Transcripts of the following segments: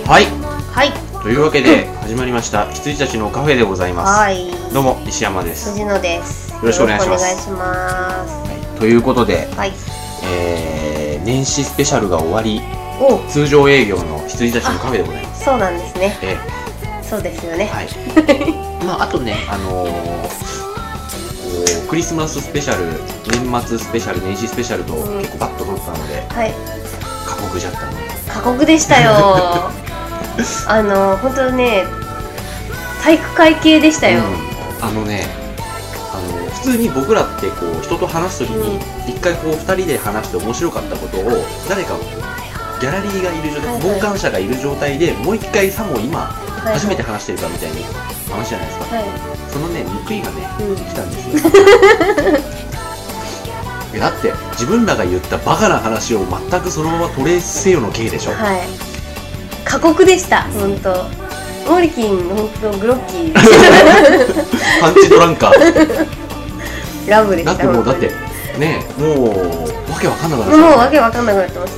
はい、 はい。 というわけで始まりました羊たちのカフェでございます。 はい。 どうも石山です。 藤野です。 よろしくお願いします。 よろしくお願いします。 はい、ということで、 はい。 年始スペシャルが終わり、通常営業の羊たちのカフェでございます。 そうなんですね。そうですよね。 はい。まああとね、クリスマススペシャル、年末スペシャル、年始スペシャルと結構バッと撮ったので、 はい。 過酷じゃったの。 過酷でしたよ。本当ね、体育会系でしたよ。 普通に僕らってこう人と話すときに一回こう2人で話して面白かったことを誰かギャラリーがいる状態、傍観者がいる状態でもう一回さも今初めて話してるかみたいに話じゃないですか。そのね報いがね来たんですよ。だって自分らが言ったバカな話を全くそのままトレースせよの刑でしょ。 はい。過酷でした本当。モリキン本当グロッキー。 パンチドランカー。 ラブでした。 だってねもうわけわかんなくなってもうわけわかんなくなってました。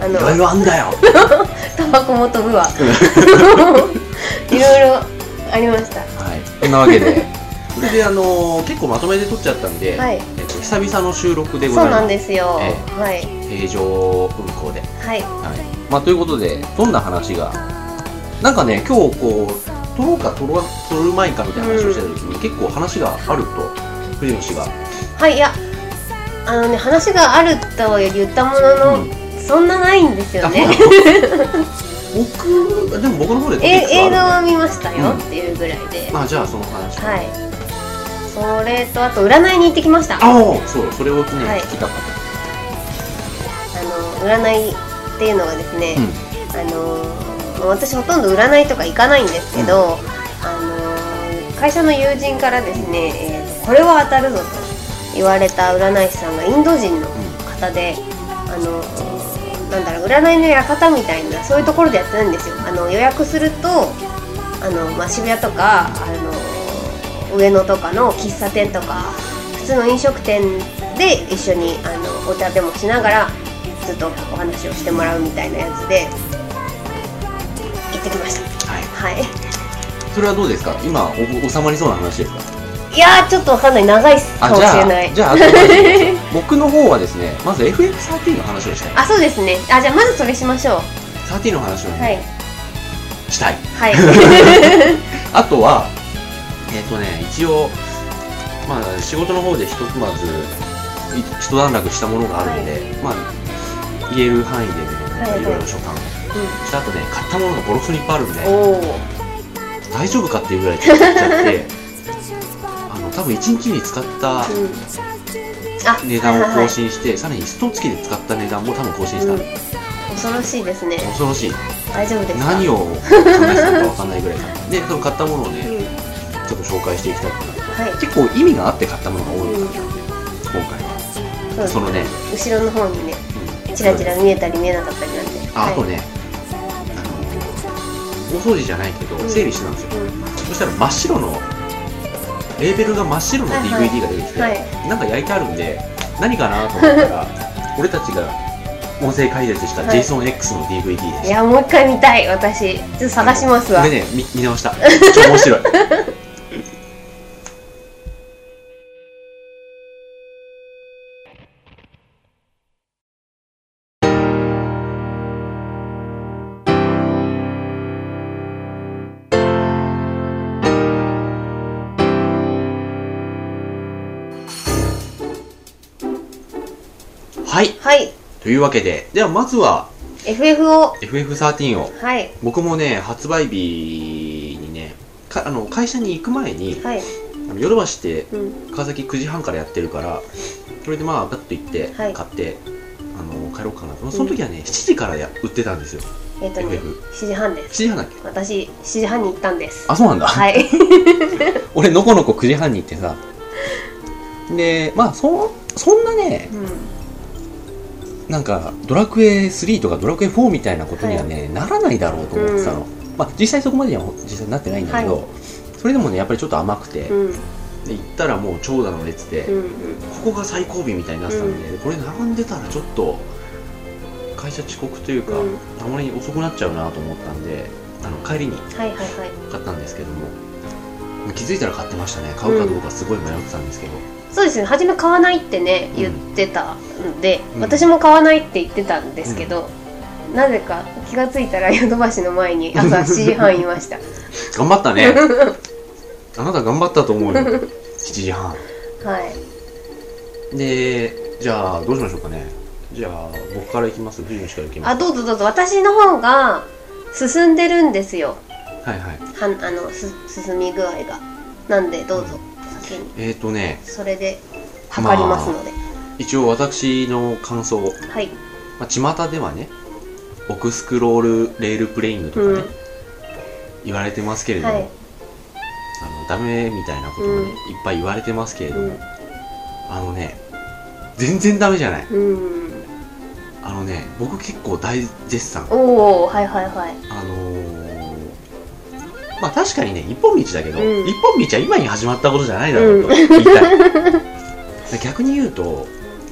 いろいろあんだよ。 タバコも飛ぶわ。いろいろありました。 はい。こんなわけで、それで結構まとめて撮っちゃったんで、久々の収録でございます。 そうなんですよ。はい。 平常運行で。 はい。 まあということでどんな話がなんかね今日こう撮ろうか撮る前かみたいな話をしてた時に結構話があると。藤野氏がいや話があると言ったものの、そんなないんですよね。 でも僕の方で映画は見ましたよっていうぐらいで、 じゃあその話それとあと占いに行ってきました。 そうそれをね聞きたかった。 占いっていうのがですね、私ほとんど占いとか行かないんですけど、会社の友人からですね、これは当たるぞと言われた占い師さんがインド人の方で、占いの館みたいなそういうところでやってるんですよ。予約すると渋谷とか上野とかの喫茶店とか普通の飲食店で一緒にお茶でもしながらずっとお話をしてもらうみたいなやつで行ってきました。はい。 それはどうですか？今収まりそうな話ですか？ いやーちょっとわかんない。長いかもしれない。 じゃあ僕の方はですね、まず FF13 の話をしたい。 そうですね。じゃあまずそれしましょう。 13の話をね、したい。 はい。 あとは一応仕事の方で一段落したものがあるので、言える範囲でねいろいろ所感した後ね、買ったものがボロクソにいっぱいあるんで大丈夫かっていうぐらい買っちゃって多分1日に使った値段を更新して、さらにスト付きで使った値段も多分更新した。 恐ろしいですね。 恐ろしい。 大丈夫ですか？ 何を考えてたのか分かんないぐらいで、その買ったものをねちょっと紹介していきたいかなと。結構意味があって買ったものが多いから今回はそのね後ろの方にねチラチラ見えたり見えなかったりなんで、 あとね大掃除じゃないけど整理してたんですよ。そしたら真っ白のレーベルが真っ白の DVD が出てきて、なんか焼いてあるんで何かなと思ったら俺たちが音声解説した JSON-X の DVD でした。 いやもう一回見たい。私ちょっと探しますわ。 これね見直した。超面白い。はい。というわけで、ではまずは FF13 を、僕もね発売日にね会社に行く前に、ヨドバシって川崎9時半からやってるからそれでバッと行って買って帰ろうかなと。その時はね7時から売ってたんですよ。 7時半です。 7時半だっけ？ 私7時半に行ったんです。 そうなんだ。はい俺のこのこ9時半に行ってさ、でそんなね、なんかドラクエ3とかドラクエ4みたいなことにはね、ならないだろうと思ってたの。実際そこまでには実際なってないんだけど、それでもねやっぱりちょっと甘くて、で行ったらもう長蛇の列で、ここが最後尾みたいになってたんで、これ並んでたらちょっと会社遅刻というか、 うんあまり遅くなっちゃうなと思ったんで帰りにはいはいはい。 買ったんですけども、気づいたら買ってましたね。買うかどうかすごい迷ってたんですけど、 そうですね、初め買わないってね言ってたんで、 うん私も買わないって言ってたんですけど、なぜか気がついたらヨドバシの前に朝7時半いました頑張ったねあなた頑張ったと思うよ7時半はいで、じゃあどうしましょうかね。じゃあ僕からいきます。藤野氏からいきます。 あ、どうぞどうぞ。私の方が進んでるんですよ。 はいはい。 進み具合が。なんでどうぞ先に。 ね、 それで測りますので。 一応私の感想、 はい。 巷ではね、オクスクロールレールプレイングとかね、言われてますけれども、 はい、 ダメみたいなことがね、いっぱい言われてますけれども、全然ダメじゃない。僕結構大絶賛。 おお、はいはいはい。 確かにね、一本道だけど、一本道は今に始まったことじゃないだろうと言いたい。逆に言うと、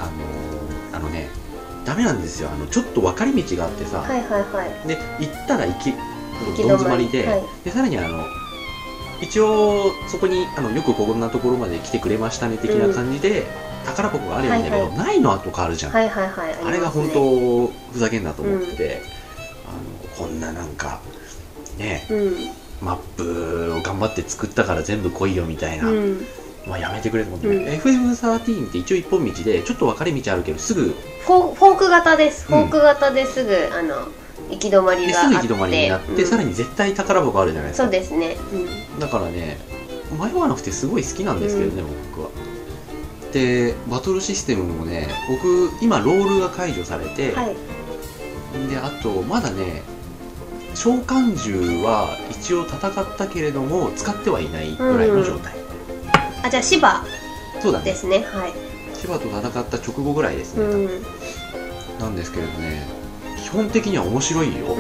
ダメなんですよ。ちょっと分かれ道があってさ、 はいはいはい。 で、行ったらどん詰まりで、でさらに一応そこによくこんなところまで来てくれましたね的な感じで、宝箱があるんだけど、ないの後変わるじゃん。 はいはいはい。 あれが本当ふざけんなと思って、こんななんかね、マップを頑張って作ったから全部来いよみたいな、やめてくれと思って、FF13 って一応一本道でちょっと分かれ道あるけどすぐフォーク型です。フォーク型ですぐ行き止まりがあって、 すぐ行き止まりになって、さらに絶対宝箱あるじゃないですか。 そうですね、 だからね、迷わなくてすごい好きなんですけどね、僕は。で、バトルシステムもね、僕今ロールが解除されて、で、あとまだね、召喚獣は一応戦ったけれども使ってはいないぐらいの状態。 あ、じゃあシバですね。はい。 シバと戦った直後ぐらいですね。なんですけれどね、基本的には面白いよ。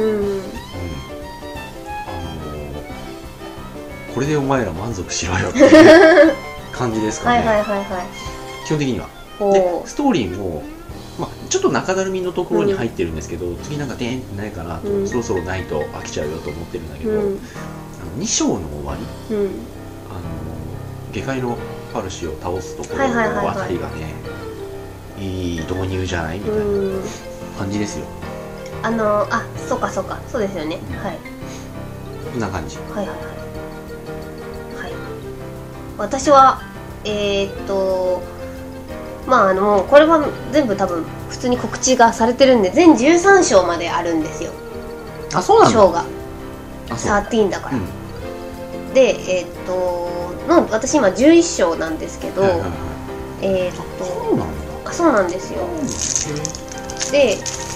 これでお前ら満足しろよっていう感じですかね。基本的には。で、ストーリーも、ちょっと中だるみのところに入ってるんですけど、次なんかでーんってないかなと、そろそろないと飽きちゃうよと思ってるんだけど、2章の終わり、下界のファルシを倒すところのあたりがね、いい導入じゃないみたいな感じですよ。 そうかそうか、そうですよね。はい。 こんな感じ。 はいはいはい。はい。私はもうこれは全部多分普通に告知がされてるんで、全13章まであるんですよ。 あ、そうなんだ。 章が13だから。で、私今11章なんですけど、そうなんですよ。で、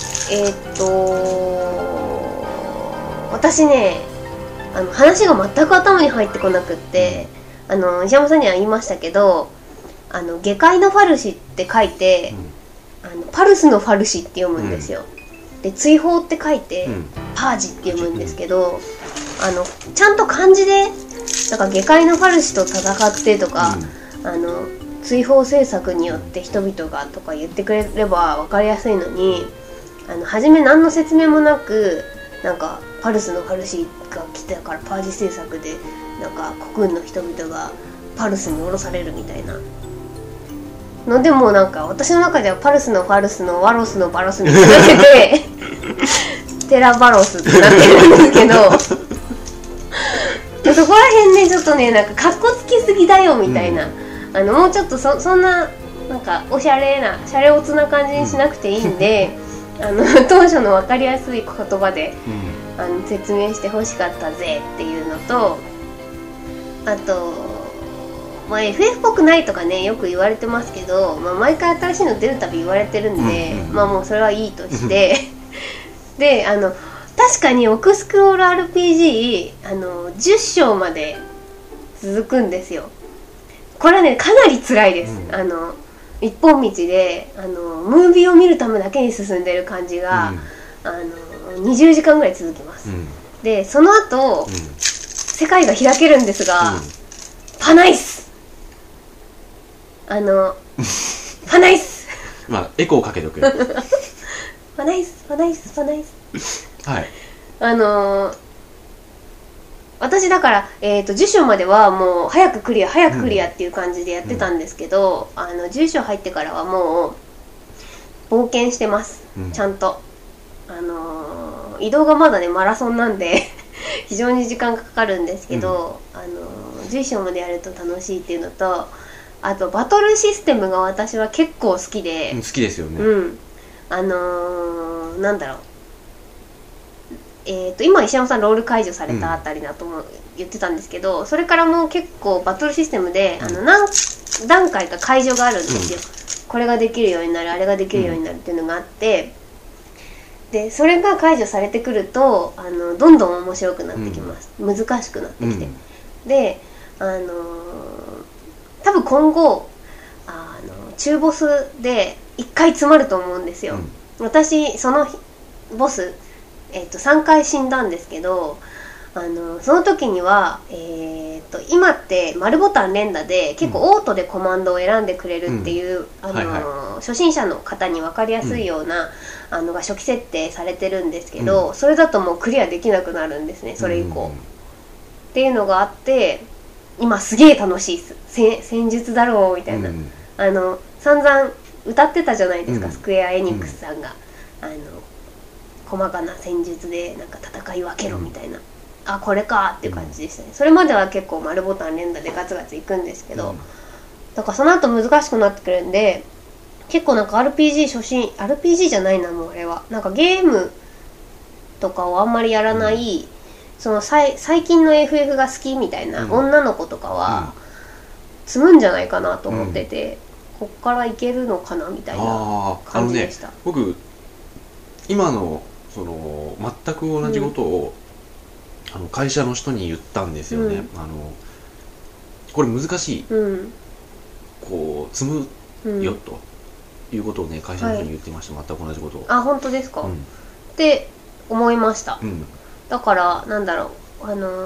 私ね、話が全く頭に入ってこなくって、石山さんには言いましたけど、下界のファルシって書いて、パルスのファルシって読むんですよ。で、追放って書いて、パージって読むんですけど、ちゃんと漢字でなんか下界のファルシと戦ってとか、追放政策によって人々がとか言ってくれれば分かりやすいのに、初め何の説明もなく、なんかパルスのファルシが来てからパージ政策でなんか国軍の人々がパルスに降ろされるみたいなので、もなんか私の中ではパルスのファルスのワロスのバロスにつなげてテラバロスってなってるんですけどそこら辺ね、ちょっとね、なんかカッコつきすぎだよみたいな、もうちょっとそんななんかおしゃれなシャレオツな感じにしなくていいんで当初の分かりやすい言葉で、説明してほしかったぜっていうのと、あと、FF っぽくないとかねよく言われてますけど、毎回新しいの出るたび言われてるんで、もうそれはいいとしてで、確かにオクスクロール RPG 10章まで続くんですよ。これはねかなり辛いです。一本道でムービーを見るためだけに進んでる感じが、20時間ぐらい続きます。でその後、世界が開けるんですが、パナイスパナイスエコーかけとくパァナイスファナイスファナイスはい。 私だから、10章まではもう早くクリアっていう感じでやってたんですけど、10章入ってからはもう冒険してます、ちゃんと。移動がまだねマラソンなんで非常に時間かかるんですけど、10章までやると楽しいっていうのと、あとバトルシステムが私は結構好きで、 好きですよね。 なんだろう、今石山さんロール解除されたあたりだとも言ってたんですけど、それからもう結構バトルシステムで何段階か解除があるんですよ、これができるようになるあれができるようになるっていうのがあって、でそれが解除されてくるとどんどん面白くなってきます、難しくなってきて、で多分今後中ボスで1回詰まると思うんですよ、私そのボス3回死んだんですけど、その時には、今って丸ボタン連打で結構オートでコマンドを選んでくれるっていう、初心者の方に分かりやすいような、が初期設定されてるんですけど、それだともうクリアできなくなるんですね、それ以降、っていうのがあって、今すげえ楽しいっす。戦術だろうみたいな、散々歌ってたじゃないですか、スクエアエニックスさんが、細かな戦術でなんか戦い分けろみたいな、あこれかっていう感じでしたね。それまでは結構丸ボタン連打でガツガツいくんですけど、だからその後難しくなってくるんで、結構なんか RPG じゃないな、もうあれはなんかゲームとかをあんまりやらない、その最近の FF が好きみたいな女の子とかは積むんじゃないかなと思ってて、こっからいけるのかなみたいな感じでした。 僕今のその全く同じことを、会社の人に言ったんですよね、これ難しい、こう積むよ、ということをね会社の人に言ってました、全く同じことを。あ、 本当ですか、って思いました、だからなんだろう、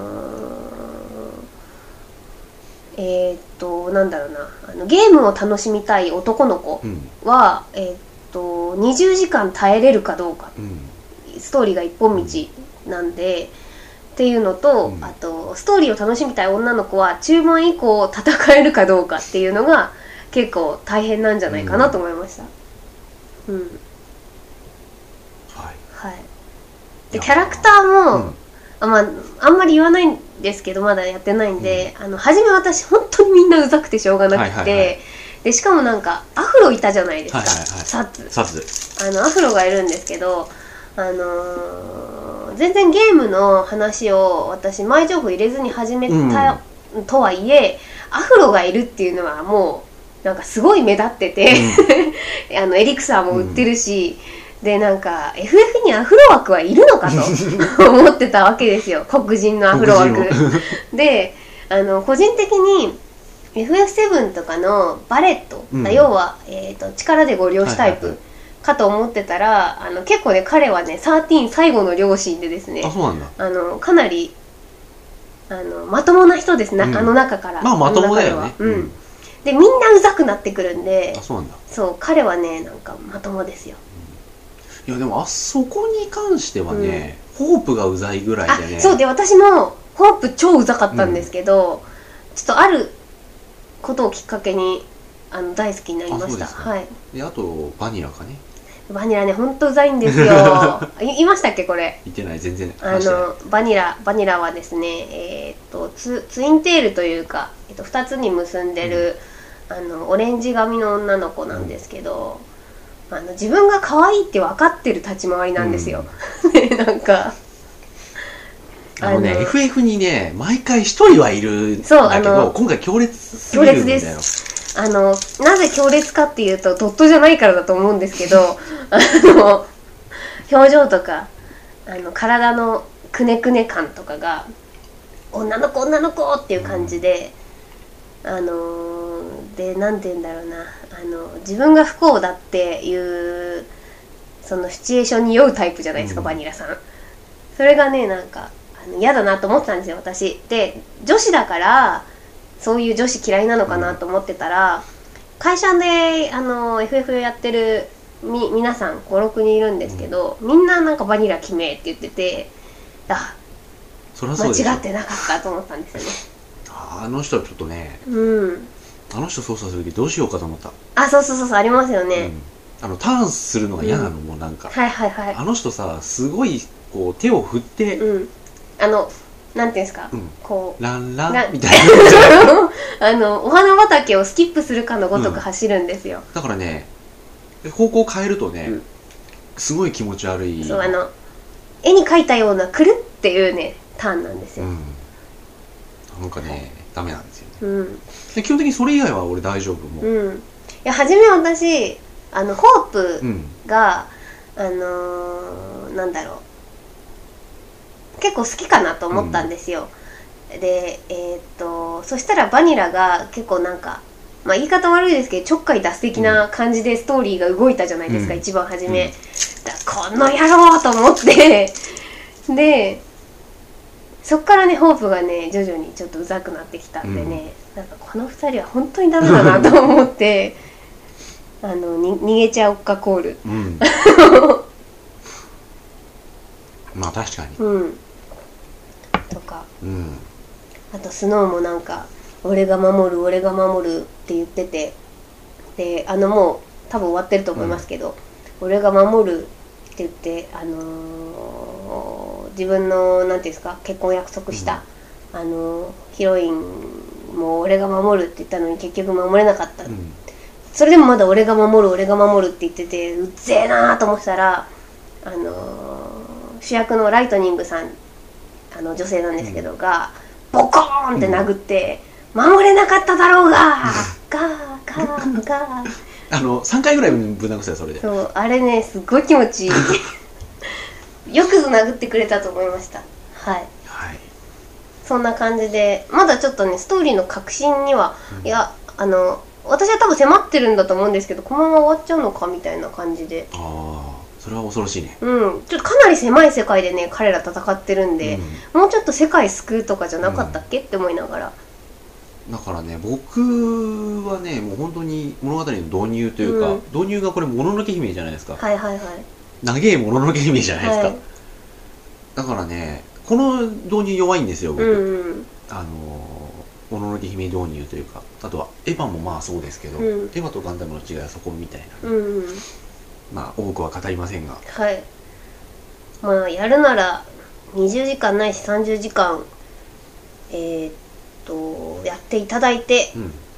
なんだろうな、ゲームを楽しみたい男の子は、20時間耐えれるかどうか、ストーリーが一本道なんで、っていうのと、あとストーリーを楽しみたい女の子は中盤以降戦えるかどうかっていうのが結構大変なんじゃないかなと思いました。でキャラクターも、あんまり言わないんですけど、まだやってないんで、初め私本当にみんなうざくてしょうがなくて、でしかもなんかアフロいたじゃないですか、サツアフロがいるんですけど、全然ゲームの話を私前情報入れずに始めたとはいえ、アフロがいるっていうのはもうなんかすごい目立ってて、エリクサーも売ってるし、でなんか FF にアフロ枠はいるのかと思ってたわけですよ、黒人のアフロ枠で、個人的に FF7 とかのバレット、要は、力でご利用しタイプかと思ってたら、結構ね彼はね13最後の両親でですね、かなりまともな人ですね、あの中から。 まともだよね。 でみんなうざくなってくるんで、そう彼はねなんかまともですよ。 いやでもあそこに関してはね、ホープがうざいぐらいでね。 そうで、私もホープ超うざかったんですけど、ちょっとあることをきっかけに大好きになりました。 であとバニラかね。 バニラねほんとうざいんですよ言いましたっけこれ。 言ってない、全然。 バニラはですね、ツインテールというか、2つに結んでる、オレンジ髪の女の子なんですけど、自分が可愛いって分かってる立ち回りなんですよ、なんか FF にね毎回一人はいるんだけど、今回強烈すぎるんだよ。強烈です。なぜ強烈かっていうとドットじゃないからだと思うんですけど表情とか体のくねくね感とかが女の子っていう感じで、でなんて言うんだろうな、自分が不幸だっていうそのシチュエーションに酔うタイプじゃないですか、バニラさん。それがねなんか嫌だなと思ってたんですよ私で。女子だからそういう女子嫌いなのかなと思ってたら、会社でFF やってる皆さん56人いるんですけど、みんななんかバニラ決めって言ってて、 そりゃそうですよ。 間違ってなかったと思ったんですよね。 あの人はちょっとね、あの人操作する時どうしようかと思った。 そうありますよね。 ターンするのが嫌なの、もうなんか。あの人さ、すごいこう手を振って、 なんていうんですか、こうランランみたいなお花畑をスキップするかのごとく走るんですよ。 だからね、方向変えるとね、すごい気持ち悪い。 そう、絵に描いたようなくるっていうねターンなんですよ。 なんかね、ダメなんですよね。で基本的にそれ以外は俺大丈夫。もういや、初め私ホープが、なんだろう、結構好きかなと思ったんですよ。でそしたらバニラが結構なんか、言い方悪いですけどちょっかい出す的な感じでストーリーが動いたじゃないですか、一番初め。この野郎と思ってでそっからねホープがね徐々にちょっとうざくなってきたんでね、なんかこの2人は本当にダメだなと思って逃げちゃおっかコール。 まあ確かに。 とか、あとスノーもなんか俺が守る俺が守るって言ってて、でもう多分終わってると思いますけど、俺が守るって言って自分のなんていうんですか、結婚約束した、ヒロインも俺が守るって言ったのに結局守れなかった、それでもまだ俺が守る俺が守るって言ってて、うっぜえなーと思ってたら主役のライトニングさん、女性なんですけどがボコーンって殴って、守れなかっただろうがガー 3回ぐらいぶん殴ったよ、それで。 そう、あれねすっごい気持ちいいよくぞ殴ってくれたと思いました。そんな感じで、まだちょっとねストーリーの核心には、いや私は多分迫ってるんだと思うんですけど、このまま終わっちゃうのかみたいな感じで。 それは恐ろしいね。 ちょっとかなり狭い世界でね彼ら戦ってるんで、もうちょっと世界救うとかじゃなかったっけ、って思いながら。 だからね、僕はねもう本当に物語の導入というか、導入がこれもののけ姫じゃないですか。長えもののけ姫じゃないですか。だからね、この導入弱いんですよ、僕。もののけ姫導入というか、あとはエヴァもまあそうですけど、エヴァとガンダムの違いはそこみたいな、まあ多くは語りませんが、 まあやるなら20時間ないし30時間やっていただいて、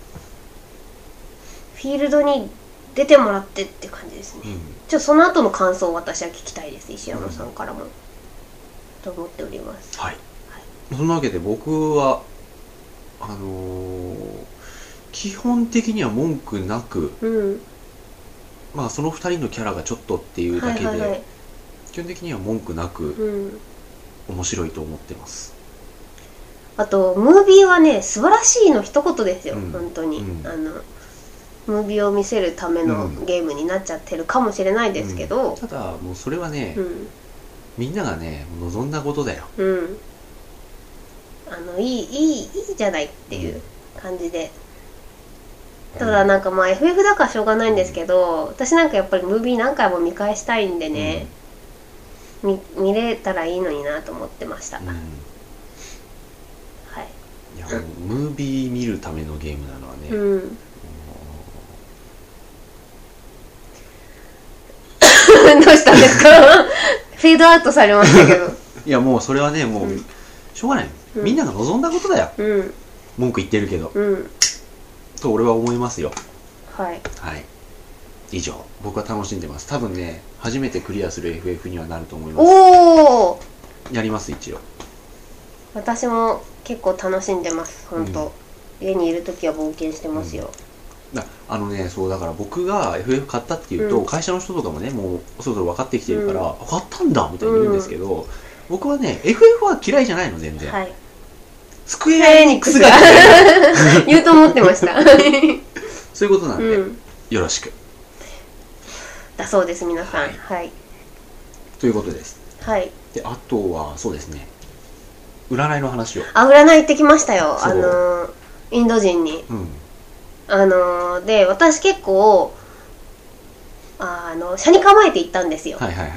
フィールドに出てもらってって感じですね。その後の感想を私は聞きたいです、石山さんからも、と思っております。 そんなわけで僕は基本的には文句なく、まあその2人のキャラがちょっとっていうだけで、基本的には文句なく、面白いと思ってます。 あとムービーはね素晴らしいの一言ですよ、本当に。ムービーを見せるためのゲームになっちゃってるかもしれないですけど、 ただもうそれはね、みんながね望んだことだよ。 いいじゃないっていう感じで。ただなんかまあ FF だからしょうがないんですけど、私なんかやっぱりムービー何回も見返したいんでね、見れたらいいのになと思ってました。 いやムービー見るためのゲームなのはね、 どうしたんですかフェードアウトされましたけど。 いやもうそれはね、もうしょうがない、みんなが望んだことだよ。文句言ってるけど、と俺は思いますよ。以上、僕は楽しんでます。多分ね初めてクリアする FF にはなると思います。やります一応。 私も結構楽しんでます、本当。家にいるときは冒険してますよ。 そうだから僕が FF 買ったっていうと、会社の人とかもねもうそろそろ分かってきてるから、買ったんだみたいに言うんですけど、僕はね FF は嫌いじゃないの全然。スクエアエニックスが言うと思ってました。 そういうことなんで、よろしくだそうです皆さん。 ということです。であとはそうですね、占いの話を。 占い行ってきましたよ、インド人に。で私結構車に構えて行ったんですよ。 はいはいはいはい。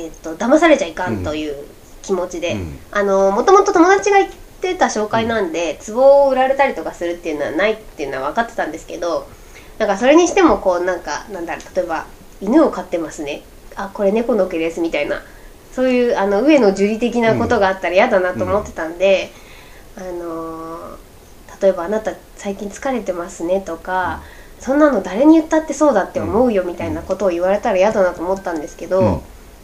騙されちゃいかんという気持ちで、 うん、 もともと友達が言ってた紹介なんで、壺を売られたりとかするっていうのはないっていうのは分かってたんですけど、なんかそれにしてもこうなんだろう、例えば犬を飼ってますね、あ、これ猫の毛ですみたいな、そういう上野樹里的なことがあったら嫌だなと思ってたんで、例えばあなた最近疲れてますねとか、そんなの誰に言ったってそうだって思うよみたいなことを言われたら嫌だなと思ったんですけど、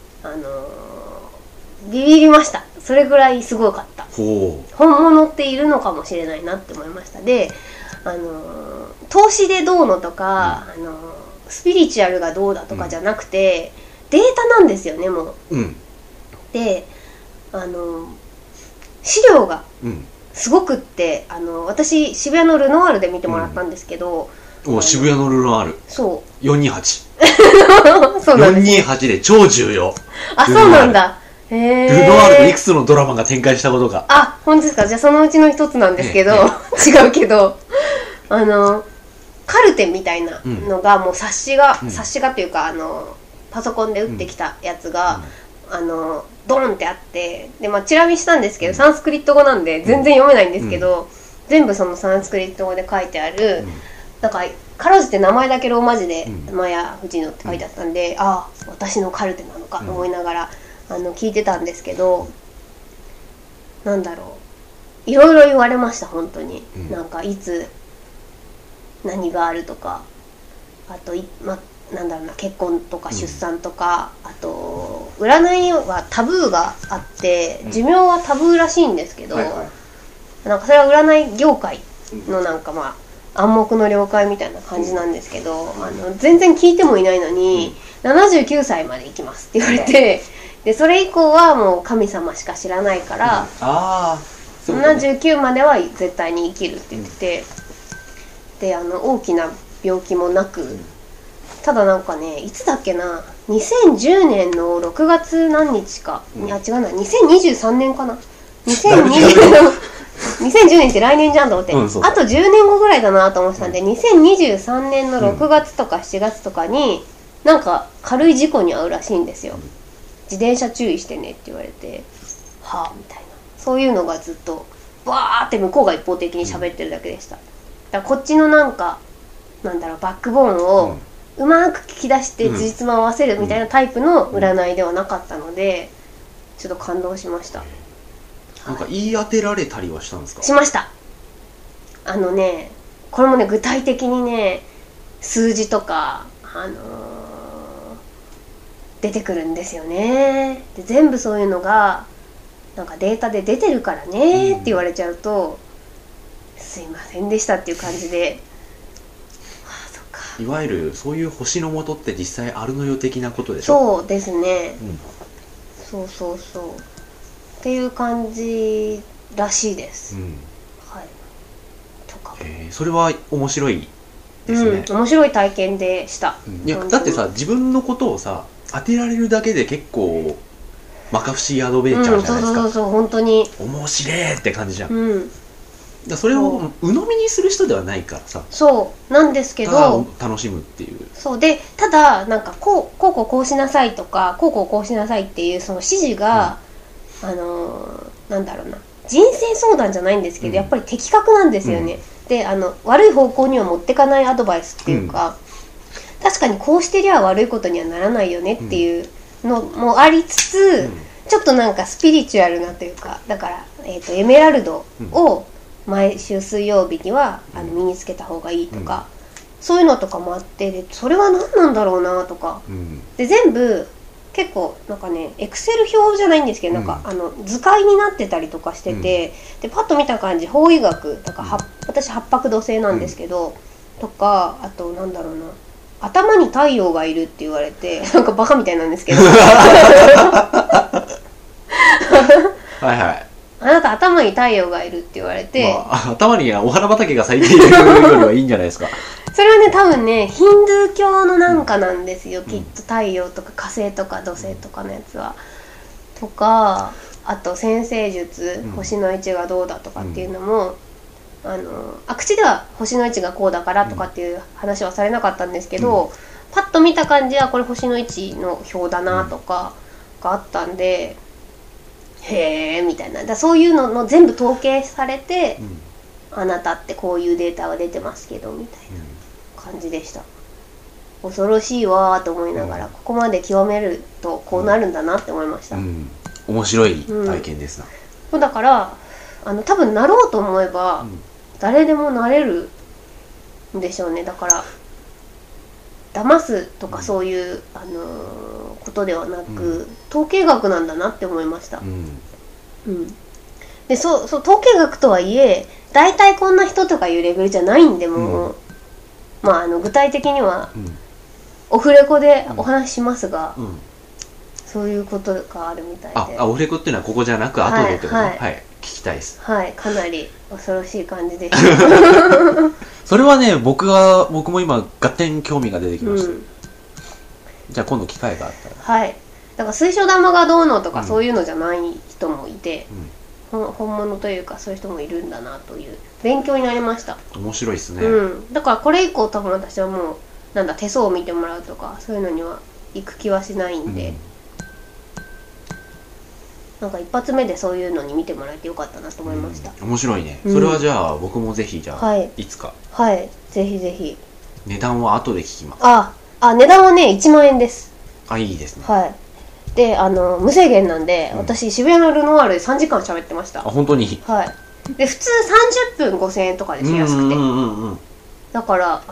ビビりました。それぐらいすごかった。本物っているのかもしれないなって思いました。で、投資でどうのとか、スピリチュアルがどうだとかじゃなくて、データなんですよね、もう。で、資料がすごくって、私渋谷のルノワールで見てもらったんですけど、 渋谷のルノワール、 そう 428 そうなんです。 428で超重要。 あ、そうなんだ。 ルノワールでいくつのドラマが展開したことが。 あ、本当ですか。じゃあそのうちの一つなんですけど、違うけど、カルテみたいなのが、もう冊子がっていうか、パソコンで打ってきたやつが、ドーンってあって、で、チラ見したんですけど、サンスクリット語なんで全然読めないんですけど、全部そのサンスクリット語で書いてある、なんかかろうじて名前だけローマ字でマヤ藤野って書いてあったんで、ああ私のカルテなのかと思いながら、聞いてたんですけど、なんだろう、いろいろ言われました本当に、なんかいつ何があるとか、あとなんだろうな、結婚とか出産とか、あと占いはタブーがあって、寿命はタブーらしいんですけど、なんかそれは占い業界のなんか暗黙の了解みたいな感じなんですけど、全然聞いてもいないのに、79歳まで生きますって言われて、でそれ以降はもう神様しか知らないから、79までは絶対に生きるって言ってて、で大きな病気もなく、ただなんかね、いつだっけな、2010年の6月何日か、違うな、2023年かな、2010年って来年じゃんと思って、あと10年後ぐらいだなと思ってたんで、2023年の6月とか7月とかになんか軽い事故に遭うらしいんですよ。自転車注意してねって言われて、はあみたいな、そういうのがずっとバーって向こうが一方的に喋ってるだけでした。だからこっちのなんだろう、バックボーンをうまく聞き出して事実も合わせるみたいなタイプの占いではなかったので、ちょっと感動しました。 なんか言い当てられたりはしたんですか？ しました。これもね、具体的にね、数字とか出てくるんですよね。で全部そういうのがなんかデータで出てるからねって言われちゃうと、すいませんでしたっていう感じで、そっか。 いわゆるそういう星の下って実際あるのよ的なことでしょ？ そうですね、そうそうそうっていう感じらしいです、はい。とか、 それは面白いですね、 面白い体験でした、 いやだってさ、自分のことをさ当てられるだけで結構摩訶不思議アドベンチャーじゃないですか、 そう本当に面白いって感じじゃん、だそれを鵜呑みにする人ではないからさ、 そうなんですけど、 楽しむっていう。 そうで、ただなんかこうしなさいとか、こうしなさいっていうその指示が、なんだろうな、人生相談じゃないんですけど、やっぱり的確なんですよね、で悪い方向には持ってかないアドバイスっていうか、確かにこうしてりゃ悪いことにはならないよねっていうのもありつつ、ちょっとなんかスピリチュアルなというか、だから、エメラルドを毎週水曜日には身につけた方がいいとか、そういうのとかもあって、でそれは何なんだろうなとか、で全部結構なんかね、エクセル表じゃないんですけど、なんか図解になってたりとかしてて、でパッと見た感じ法医学だから、私八白土星なんですけど、とか、あとなんだろうな、頭に太陽がいるって言われて、なんかバカみたいなんですけどはいはい、あなた頭に太陽がいるって言われて、 頭にお花畑が咲いているよりはいいんじゃないですかそれはね、多分ね、ヒンドゥー教のなんかなんですよ、きっと太陽とか火星とか土星とかのやつは。とか、あと占星術、星の位置がどうだとかっていうのも、口では星の位置がこうだからとかっていう話はされなかったんですけど、 パッと見た感じはこれ星の位置の表だなとかがあったんで、へえみたいな。そういうのの全部統計されて、あなたってこういうデータが出てますけどみたいな感じでした。恐ろしいわーと思いながら、ここまで極めるとこうなるんだなって思いました。 面白い体験ですな。 だから多分なろうと思えば、誰でもなれるんでしょうね。だから騙すとかそういう、ことではなく、統計学なんだなって思いました。でそう統計学とはいえ大体こんな人とかいうレベルじゃないんで、もう、具体的には、オフレコでお話ししますが、そういうことがあるみたいで。 オフレコっていうのはここじゃなく後でってことね。はい、聞きたいです。 はい、かなり恐ろしい感じでした。 それはね、僕も今ガテン興味が出てきました。じゃあ今度機会があったら。 はい。だから水晶玉がどうのとかそういうのじゃない人もいて、本物というかそういう人もいるんだなという勉強になりました。 面白いですね。 だからこれ以降多分私はもう手相を見てもらうとかそういうのには行く気はしないんで、なんか一発目でそういうのに見てもらえてよかったなと思いました。 面白いね。それはじゃあ僕もぜひじゃあ、いつか。 はい、ぜひぜひ。 値段は後で聞きます。 値段はね1万円です。 いいですね。 はい。で無制限なんで、私渋谷のルノワールで3時間喋ってました。 本当に。 はい。で普通30分5000円とかです安くて。だから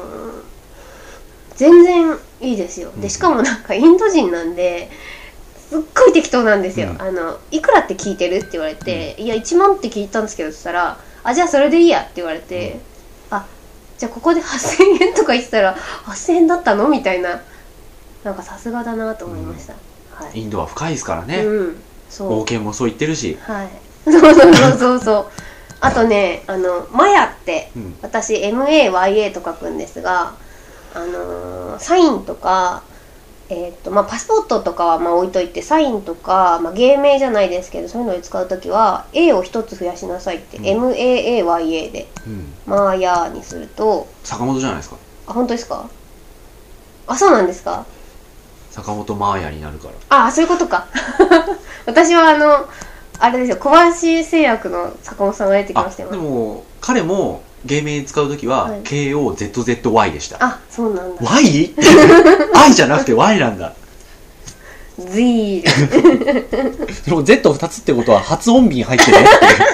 全然いいですよ。でしかもなんかインド人なんですっごい適当なんですよ。いくらって聞いてるって言われて、いや1万って聞いたんですけど、そしたらじゃあそれでいいやって言われて、じゃあここで8000円とか言ってたら8000円だったのみたいな、なんかさすがだなと思いました。 インドは深いですからね。王権もそう言ってるし。 はい。そう。あとねマヤって、私 MAYA と書くんですが、サインとかパスポートとかは置いといて、サインとか、芸名じゃないですけどそういうのに使うときは A を一つ増やしなさいって、MAAYA で、マーヤーにすると坂本じゃないですか。 本当ですか。そうなんですか。 坂本マーヤになるから。 そういうことか。私はあれですよ、小林製薬の坂本さんが出てきましたよ。 でも彼も芸名に使うときは KOZZY でした。 そうなんだ。 Y？ I じゃなくて Y なんだ。 Z でも Z2 つってことは発音便入ってね。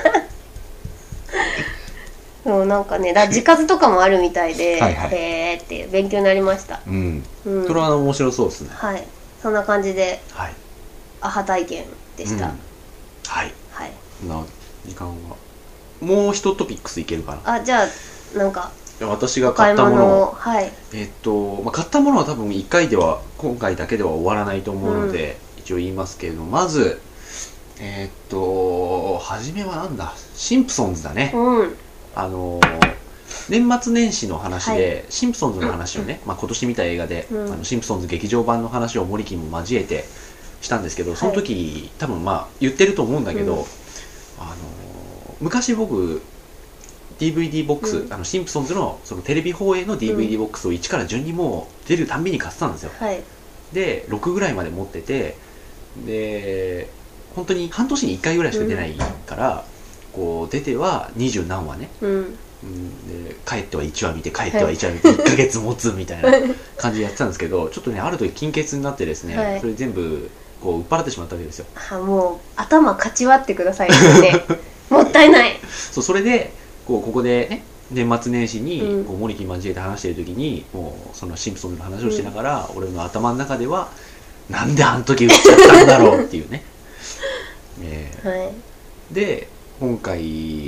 そうなんかね、字数とかもあるみたいで、へーって勉強になりました。それは面白そうですね。はい、そんな感じで、アハ体験でした。はい。時間はもう一トピックスいけるかな。じゃあなんか私が買ったものを、買ったものは多分1回では今回だけでは終わらないと思うので、一応言いますけれども、まず初めはなんだ、シンプソンズだね。年末年始の話で、シンプソンズの話をね、今年見た映画で、シンプソンズ劇場版の話を森木も交えてしたんですけど、その時多分言ってると思うんだけど、昔僕 DVD ボックス、シンプソンズのそのテレビ放映の DVD ボックスを1から順にもう出るたんびに買ってたんですよ。で6ぐらいまで持ってて、で本当に半年に1回ぐらいしか出ないから、こう出ては20何話ね、で帰っては1話見て帰っては1話見て1ヶ月持つみたいな感じでやってたんですけど、ちょっとねある時金欠になってですね、それ全部こう売っ払ってしまったわけですよ。 もう頭かち割ってくださいね。もったいない。 それでここでね、年末年始にこう森木交えて話している時に、もうそのシンプソンズの話をしながら、俺の頭の中ではなんであの時売っちゃったんだろうっていうね。で今回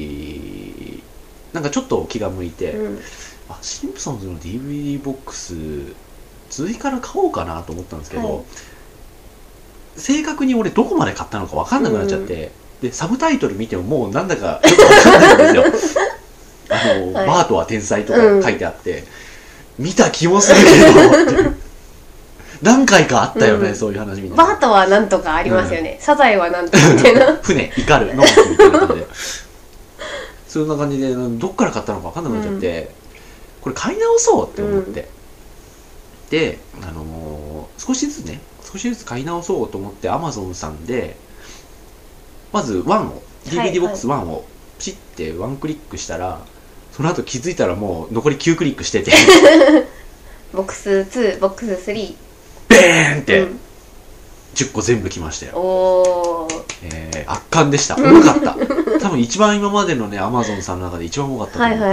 なんかちょっと気が向いて、シンプソンズの DVD ボックス続きから買おうかなと思ったんですけど、正確に俺どこまで買ったのか分かんなくなっちゃって、でサブタイトル見てももうなんだかちょっと分かんないんですよ。バートは天才とか書いてあって、見た気もするけど何回かあったよね、そういう話みたいな。 バートはなんとかありますよね、サザエはなんとかみたいな。 船怒るノースみたいな感じでそんな感じでどっから買ったのか分かんなくなっちゃって、これ買い直そうって思って、 で、少しずつ買い直そうと思って Amazon さんでまず1を DVD ボックス1をピチってワンクリックしたら、その後気づいたらもう残り9クリックしててボックス2ボックス3 ベーンって、10個全部来ましたよ。 お圧巻でした。多かった多分一番今までのね Amazon さんの中で一番多かったと思う。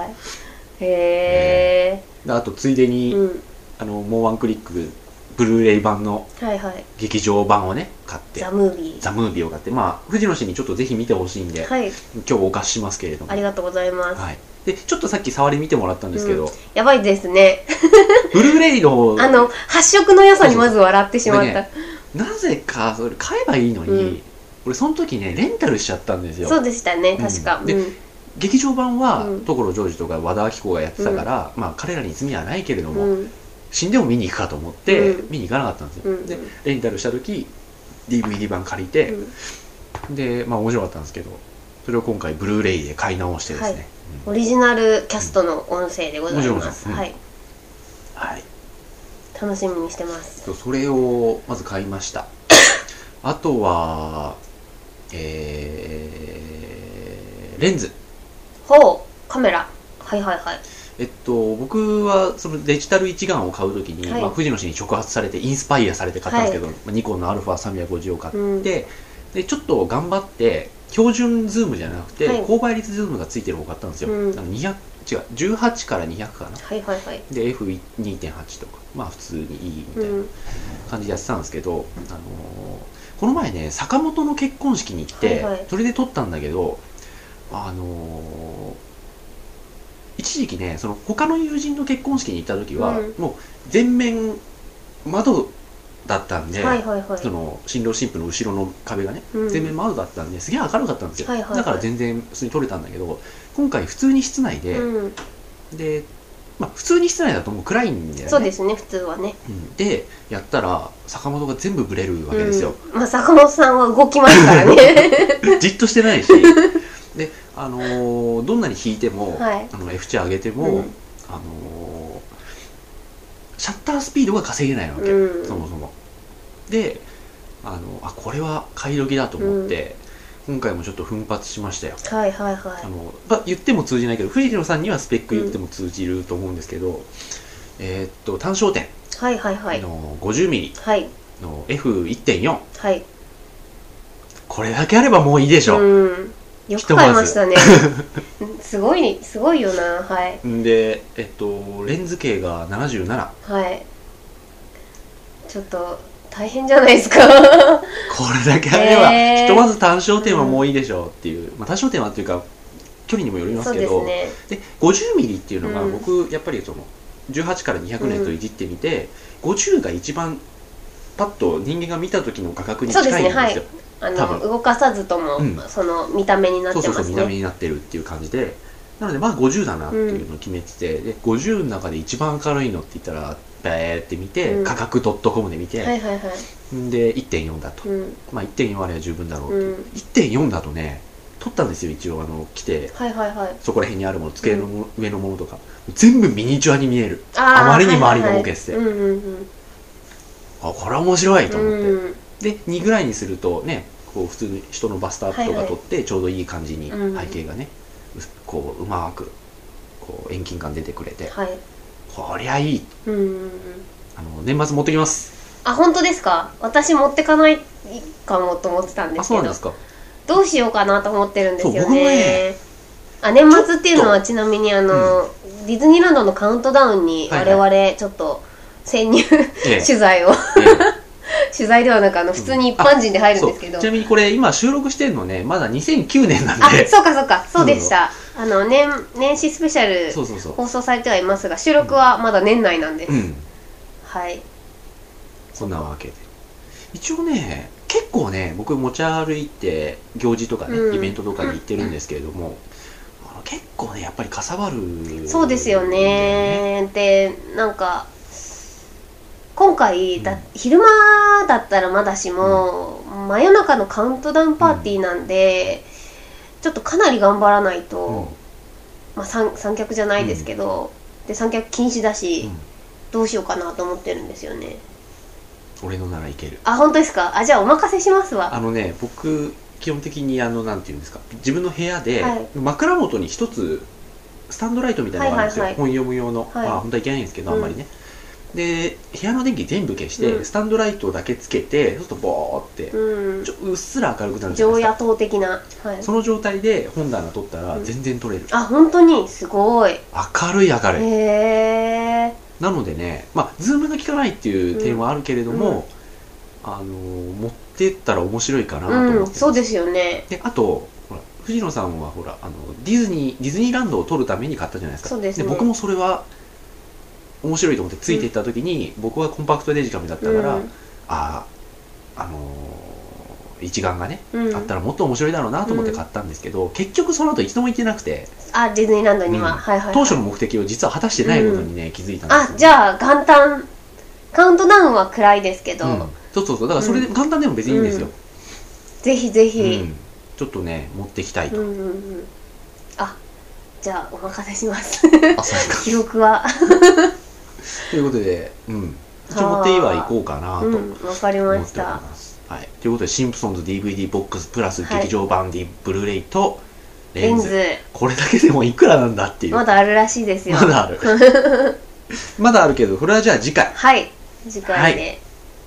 へー。 あとついでに、もうワンクリックブルーレイ版の劇場版をね買って、ザ・ムービーを買って、まあ藤野氏にちょっとぜひ見てほしいんで、今日お貸ししますけれども。 ありがとうございます。 でちょっとさっき触り見てもらったんですけど、 やばいですねブルーレイの発色の良さにまず笑ってしまった。 なぜかそれ買えばいいのに、俺その時ねレンタルしちゃったんですよ。 そうでしたね、確か。 で劇場版は所ジョージとか和田アキ子がやってたから、まあ彼らに罪はないけれども、死んでも見に行くかと思って見に行かなかったんですよ。でレンタルした時 DVD 版借りて、でまあ面白かったんですけど、それを今回ブルーレイで買い直してですね、 オリジナルキャストの音声でございます。はい、楽しみにしてます。 それをまず買いましたあとはレンズ、 カメラ、 僕はそのデジタル一眼を買うときに、藤野氏に触発されてインスパイアされて買ったんですけど、ニコンの α350 を買って、でちょっと頑張って標準ズームじゃなくて、高倍率ズームがついてる方を買ったんですよ。18から200かな、で F2.8 とか、まあ普通にいいみたいな感じでやってたんですけど、この前ね坂本の結婚式に行って、それで撮ったんだけど、一時期ねその他の友人の結婚式に行った時は、もう全面窓だったんで、その新郎新婦の後ろの壁がね、全面窓だったんですげえ明るかったんですよ。だから全然普通に撮れたんだけど、今回普通に室内で、でまあ普通に室内だともう暗いんだよね。 そうですね、普通はね。 でやったら坂本が全部ブレるわけですよ。 まあ坂本さんは動きますからねじっとしてないしでどんなに弾いても、F 値上げても、シャッタースピードが稼げないわけ、そもそもでこれは買い時だと思って、今回もちょっと奮発しましたよ。言っても通じないけど、藤野さんにはスペック言っても通じると思うんですけど、単焦点の 50mm の F1.4、これだけあればもういいでしょ。 よく買いましたねすごいよな。 でレンズ径が77。 ちょっと大変じゃないですかこれだけあれば、ひとまず単焦点はもういいでしょうっていう、単焦点はっていうか距離にもよりますけど、で 50mm っていうのが、僕やっぱりその18から200年といじってみて、50が一番パッと人間が見た時の画角に近いんですよ。 動かさずとも、その見た目になってますね。 見た目になってるっていう感じで、なのでまあ50だなっていうのを決めてて、で50の中で一番明るいのって言ったらバーって見て、価格 .com で見て、で 1.4 だと、まあ 1.4 あれば十分だろうっていう、1.4 だとね撮ったんですよ一応来て、そこら辺にあるもの、机の上のものとか全部ミニチュアに見える。あまりに周りがボケしてて、これは面白いと思って、で2ぐらいにするとね、こう普通に人のバストアップとか撮ってちょうどいい感じに背景がね、こううまくこう遠近感出てくれて、こりゃいい。年末持ってきます。 本当ですか？私持ってかないかもと思ってたんですけど。そうなんですか？どうしようかなと思ってるんですよね。年末っていうのはちなみにディズニーランドのカウントダウンに我々ちょっと潜入取材を取材ではなく普通に一般人で入るんですけど、 ちなみにこれ今収録してるのねまだ2009年なんで。 そうかそうでした。年始スペシャル放送されてはいますが、収録はまだ年内なんです。 そんなわけで一応ね結構ね僕持ち歩いて行事とかね、イベントとかに行ってるんですけれども、結構ねやっぱりかさばる。 そうですよね。でなんか今回昼間だったらまだしも、真夜中のカウントダウンパーティーなんで、ちょっとかなり頑張らないと、三脚じゃないですけど、で三脚禁止だし、 どうしようかなと思ってるんですよね。 俺のならいける。 あ、本当ですか。あ、じゃあお任せしますわ。 僕基本的になんていうんですか、自分の部屋で、 はい、 枕元に一つスタンドライトみたいなのがあるんですよ、本読む用の、 はい、 本当はいけないんですけど、あんまりね。で部屋の電気全部消して、スタンドライトだけつけて、そうするとボーって、うっすら明るくなるじゃないですか。 常夜灯的な、 その状態で本棚取ったら全然取れる。 あ、本当にすごい明るい。へえ。 なのでね、ズームが効かないっていう点はあるけれども、持ってったら面白いかなと思ってます。 そうですよね。 で、あとほら藤野さんはほらディズニーランドを撮るために買ったじゃないですか。 そうですね。 で僕もそれは面白いと思ってついていった時に、僕はコンパクトデジカメだったから、一眼がね、あったらもっと面白いだろうなと思って買ったんですけど、結局その後一度も行ってなくて、 ディズニーランドには、 当初の目的を実は果たしてないことにね、気づいたんですよ。 じゃあ元旦カウントダウンは暗いですけど、 そうだからそれで元旦でも別にいいんですよ。 ぜひぜひ、 ちょっとね持ってきたいと。 じゃあお任せします。 そうか。 記録はということで、一応持ってはいこうかなと思っております。 わかりました。 はい、ということで、シンプソンズ DVD ボックスプラス劇場版ブルーレイとレンズ、これだけでもいくらなんだっていう。 まだあるらしいですよ。 まだあるまだあるけど、これはじゃあ次回。 はい、次回で。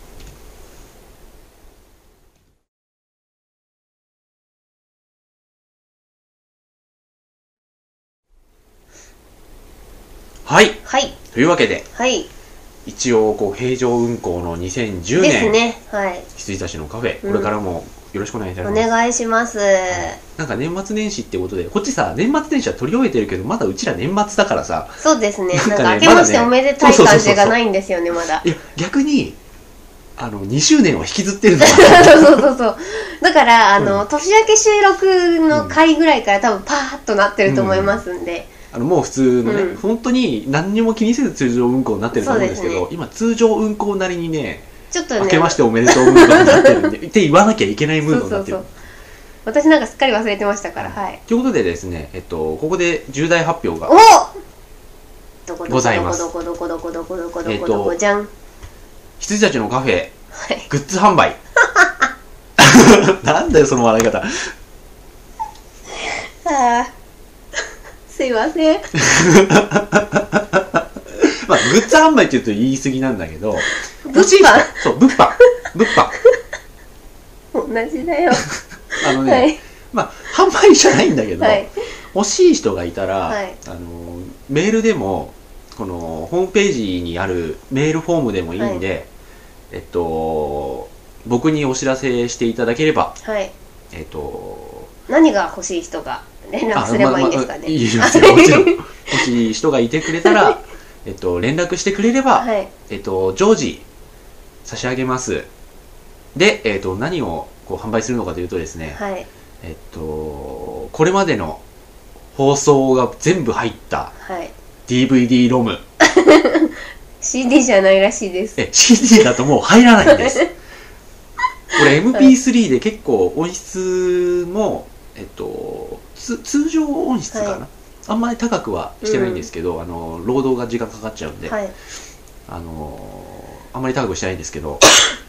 はい、というわけで、一応平常運行の2010年ですね。 羊たちのカフェ、これからもよろしくお願いいたします。 お願いします。 なんか年末年始ってことで、こっちさ、年末年始は取り終えてるけど、まだうちら年末だからさ。 そうですね。なんか明けましておめでたい感じがないんですよね、まだ。 いや、逆に2周年を引きずってるのそうだから年明け収録の回ぐらいから多分パーッとなってると思いますんで、 もう普通のね、本当に何にも気にせず通常運行になってると思うんですけど、今通常運行なりにね、ちょっとね、明けましておめでとうムードになってるんでって言わなきゃいけないムードになってる。 私なんかすっかり忘れてましたから。 ということでですね、ここで重大発表がございます。 どこじゃん。 羊たちのカフェグッズ販売。なんだよその笑い方。 すいません。 グッズ販売って言うと言い過ぎなんだけど、欲しい人、物販同じだよ。 販売じゃないんだけど、欲しい人がいたら、メールでもこのホームページにあるメールフォームでもいいんで、僕にお知らせしていただければ、 何が欲しい人が連絡すればいいんですかね。 いいですよ、もちろん。欲しい人がいてくれたら連絡してくれれば、常時差し上げます。で、何を販売するのかというとですね、これまでの放送が全部入った DVD ロム、 CD じゃないらしいです。 CD だともう入らないんです。これ MP3 で結構音質も、通常音質かな、あんまり高くはしてないんですけど、労働が時間かかっちゃうんで、あんまり高くしてないんですけど、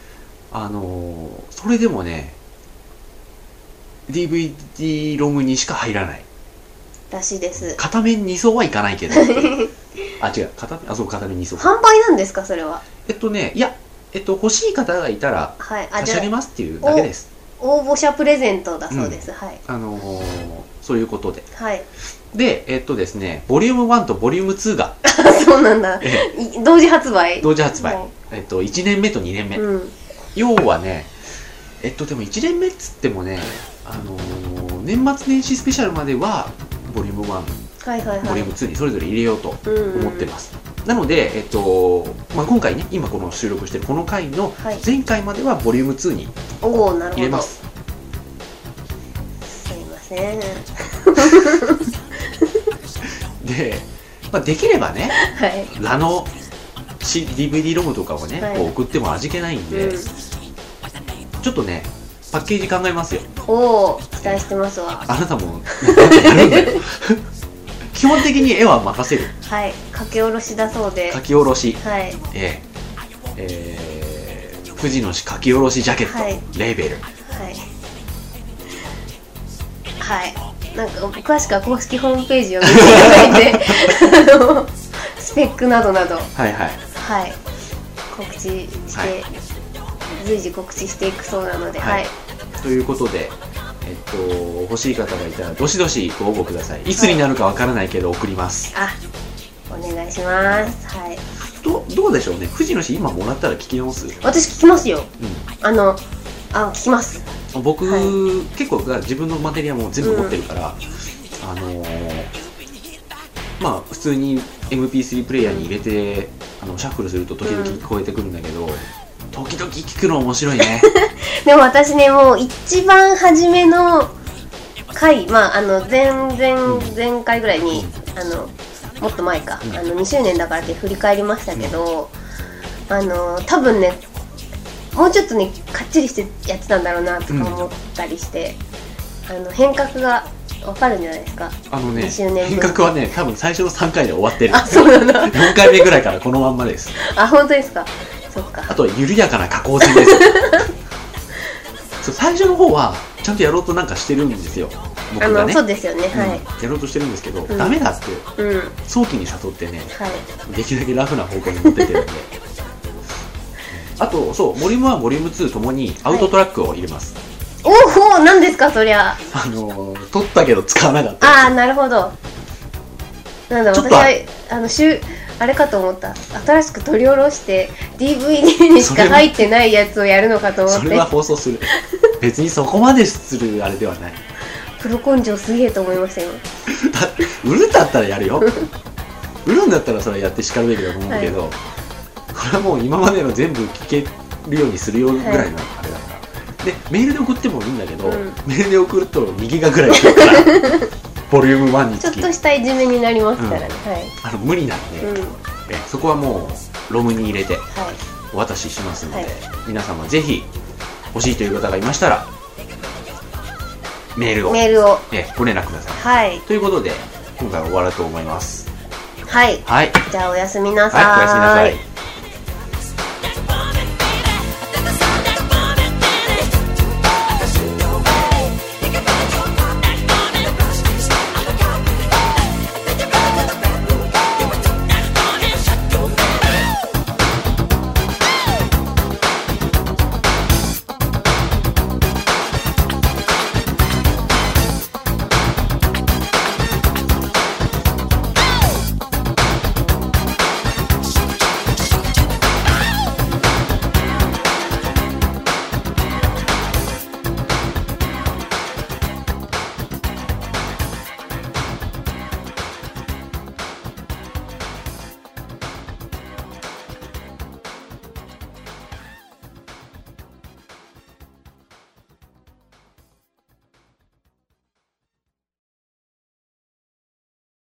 それでもね DVD ロムにしか入らないらしいです。 片面2層はいかないけど違う、片面2層。 販売なんですかそれは。 いや、欲しい方がいたら差し上げますっていうだけです。 応募者プレゼントだそうです。 そういうことで。で、ですね、ボリューム1とボリューム2がそうなんだ。同時発売。 1年目と2年目。要はね、でも1年目っつってもね、年末年始スペシャルまではボリューム1、ボリューム2にそれぞれ入れようと思ってます。なので、今回ね、今この収録してるこの回の前回まではボリューム2に入れます。 すいません。 で、できればね、ラノ DVD ロムとかをね、送っても味気ないんで、ちょっとね、パッケージ考えますよ。 期待してますわ。 あなたもやるんだよ。期基本的に絵は任せる。 はい、書き下ろしだそうで。 書き下ろし。 はい。 藤野氏書き下ろしジャケット、 はい、 レーベル。 はい。はい。なんか詳しくは公式ホームページを見ていただいてスペックなどなど、 はいはいはい、告知して、はい、随時告知していくそうなので、はい。はい、 ということで、欲しい方がいたらどしどしご応募ください。いつになるかわからないけど送ります。 あ、お願いします。はい。 どうでしょうね。藤野氏今もらったら聞き直す？ 私聞きますよ。聞きます。 僕、はい、結構自分のマテリアも全部持ってるから、まあ普通に MP3 プレイヤーに入れてシャッフルすると時々聞こえてくるんだけど、時々聞くの面白いね。 でも私ね、もう一番初めの回、まあ前回ぐらいに、もっと前か、2周年だからって振り返りましたけど、多分ね、もうちょっとねかっちりしてやってたんだろうなとか思ったりして、変革が分かるんじゃないですか。2周年分変革はね、多分最初の3回で終わってる。 あ、そうなんだ。 4回目ぐらいからこのまんまです。 あ、本当ですか。そっか。 あとは緩やかな加工済みです。そう、最初の方はちゃんとやろうとなんかしてるんですよ、僕がね。 そうですよね、はい、 やろうとしてるんですけど、ダメだって、早期に悟ってね、できるだけラフな方向に持ってってるんで。あと、そう、ボリューム1、ボリューム2ともにアウトトラックを入れます。 おお、何ですかそりゃ。 撮ったけど使わなかった。 ああ、なるほど。なんだ、私はあれかと思った。新しく取り下ろして DVD にしか入ってないやつをやるのかと思って。 それは放送する。別にそこまでするあれではない。 プロ根性すげえと思いましたよ。 売るんだったらやるよ。売るんだったらそれやってしかるべきだと思うけど、はい、これはもう今までの全部聞けるようにするよぐらいのあれだから、でメールで送ってもいいんだけど、メールで送ると2ギガぐらい来るからボリューム1につきちょっとしたいじめになりますからね、 はい、無理なんで、そこはもうロムに入れてお渡ししますので、皆様ぜひ欲しいという方がいましたらメールをご連絡ください、はい、ということで今回は終わると思います。 はい、はい、じゃあおやすみなさい。 はい、おやすみなさい。